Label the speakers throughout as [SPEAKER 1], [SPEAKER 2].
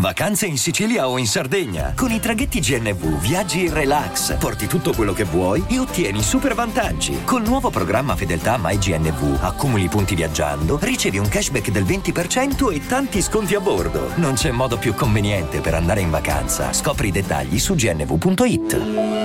[SPEAKER 1] Vacanze in Sicilia o in Sardegna. Con i traghetti GNV viaggi in relax, porti tutto quello che vuoi e ottieni super vantaggi. Col nuovo programma Fedeltà MyGNV accumuli punti viaggiando, ricevi un cashback del 20% e tanti sconti a bordo. Non c'è modo più conveniente per andare in vacanza. Scopri i dettagli su gnv.it.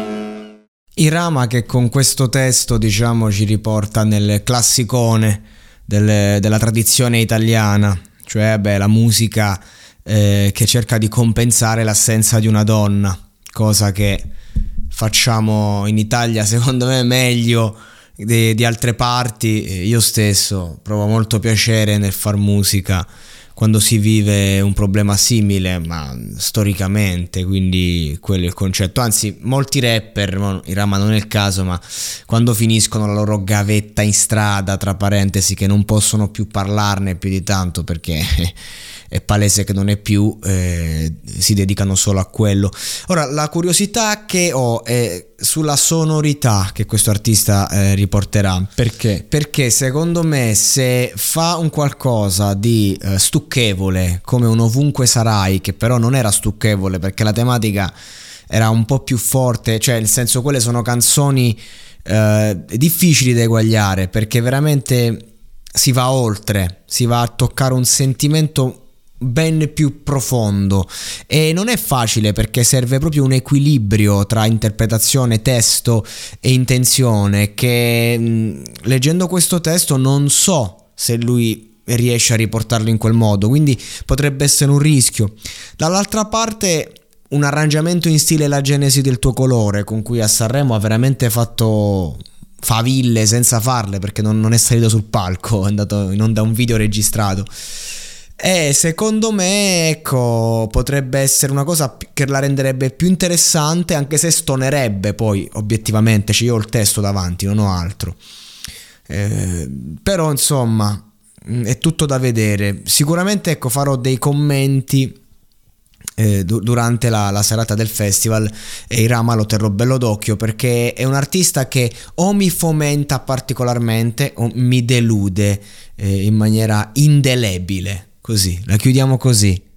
[SPEAKER 2] Irama, che con questo testo diciamo ci riporta nel classicone della tradizione italiana, cioè la musica che cerca di compensare l'assenza di una donna, cosa che facciamo in Italia secondo me meglio di altre parti. Io stesso provo molto piacere nel far musica quando si vive un problema simile, ma storicamente, quindi quello è il concetto. Anzi, molti rapper, Irama non è il caso, ma quando finiscono la loro gavetta in strada, tra parentesi, che non possono più parlarne più di tanto perché è palese che non è più, si dedicano solo a quello. Ora, la curiosità che ho è sulla sonorità che questo artista riporterà. Perché? Perché secondo me, se fa un qualcosa di stucchevole come un Ovunque Sarai, che però non era stucchevole perché la tematica era un po' più forte, cioè nel senso, quelle sono canzoni difficili da eguagliare, perché veramente si va oltre, si va a toccare un sentimento ben più profondo, e non è facile perché serve proprio un equilibrio tra interpretazione, testo e intenzione, che leggendo questo testo non so se lui riesce a riportarlo in quel modo, quindi potrebbe essere un rischio. Dall'altra parte, un arrangiamento in stile La Genesi del tuo colore, con cui a Sanremo ha veramente fatto faville senza farle, perché non è salito sul palco, è andato in onda un video registrato. E secondo me, ecco, potrebbe essere una cosa che la renderebbe più interessante, anche se stonerebbe poi obiettivamente, cioè io ho il testo davanti, non ho altro, però insomma è tutto da vedere. Sicuramente, ecco, farò dei commenti durante la serata del festival, e Irama lo terrò bello d'occhio, perché è un artista che o mi fomenta particolarmente o mi delude in maniera indelebile. Così, la chiudiamo così.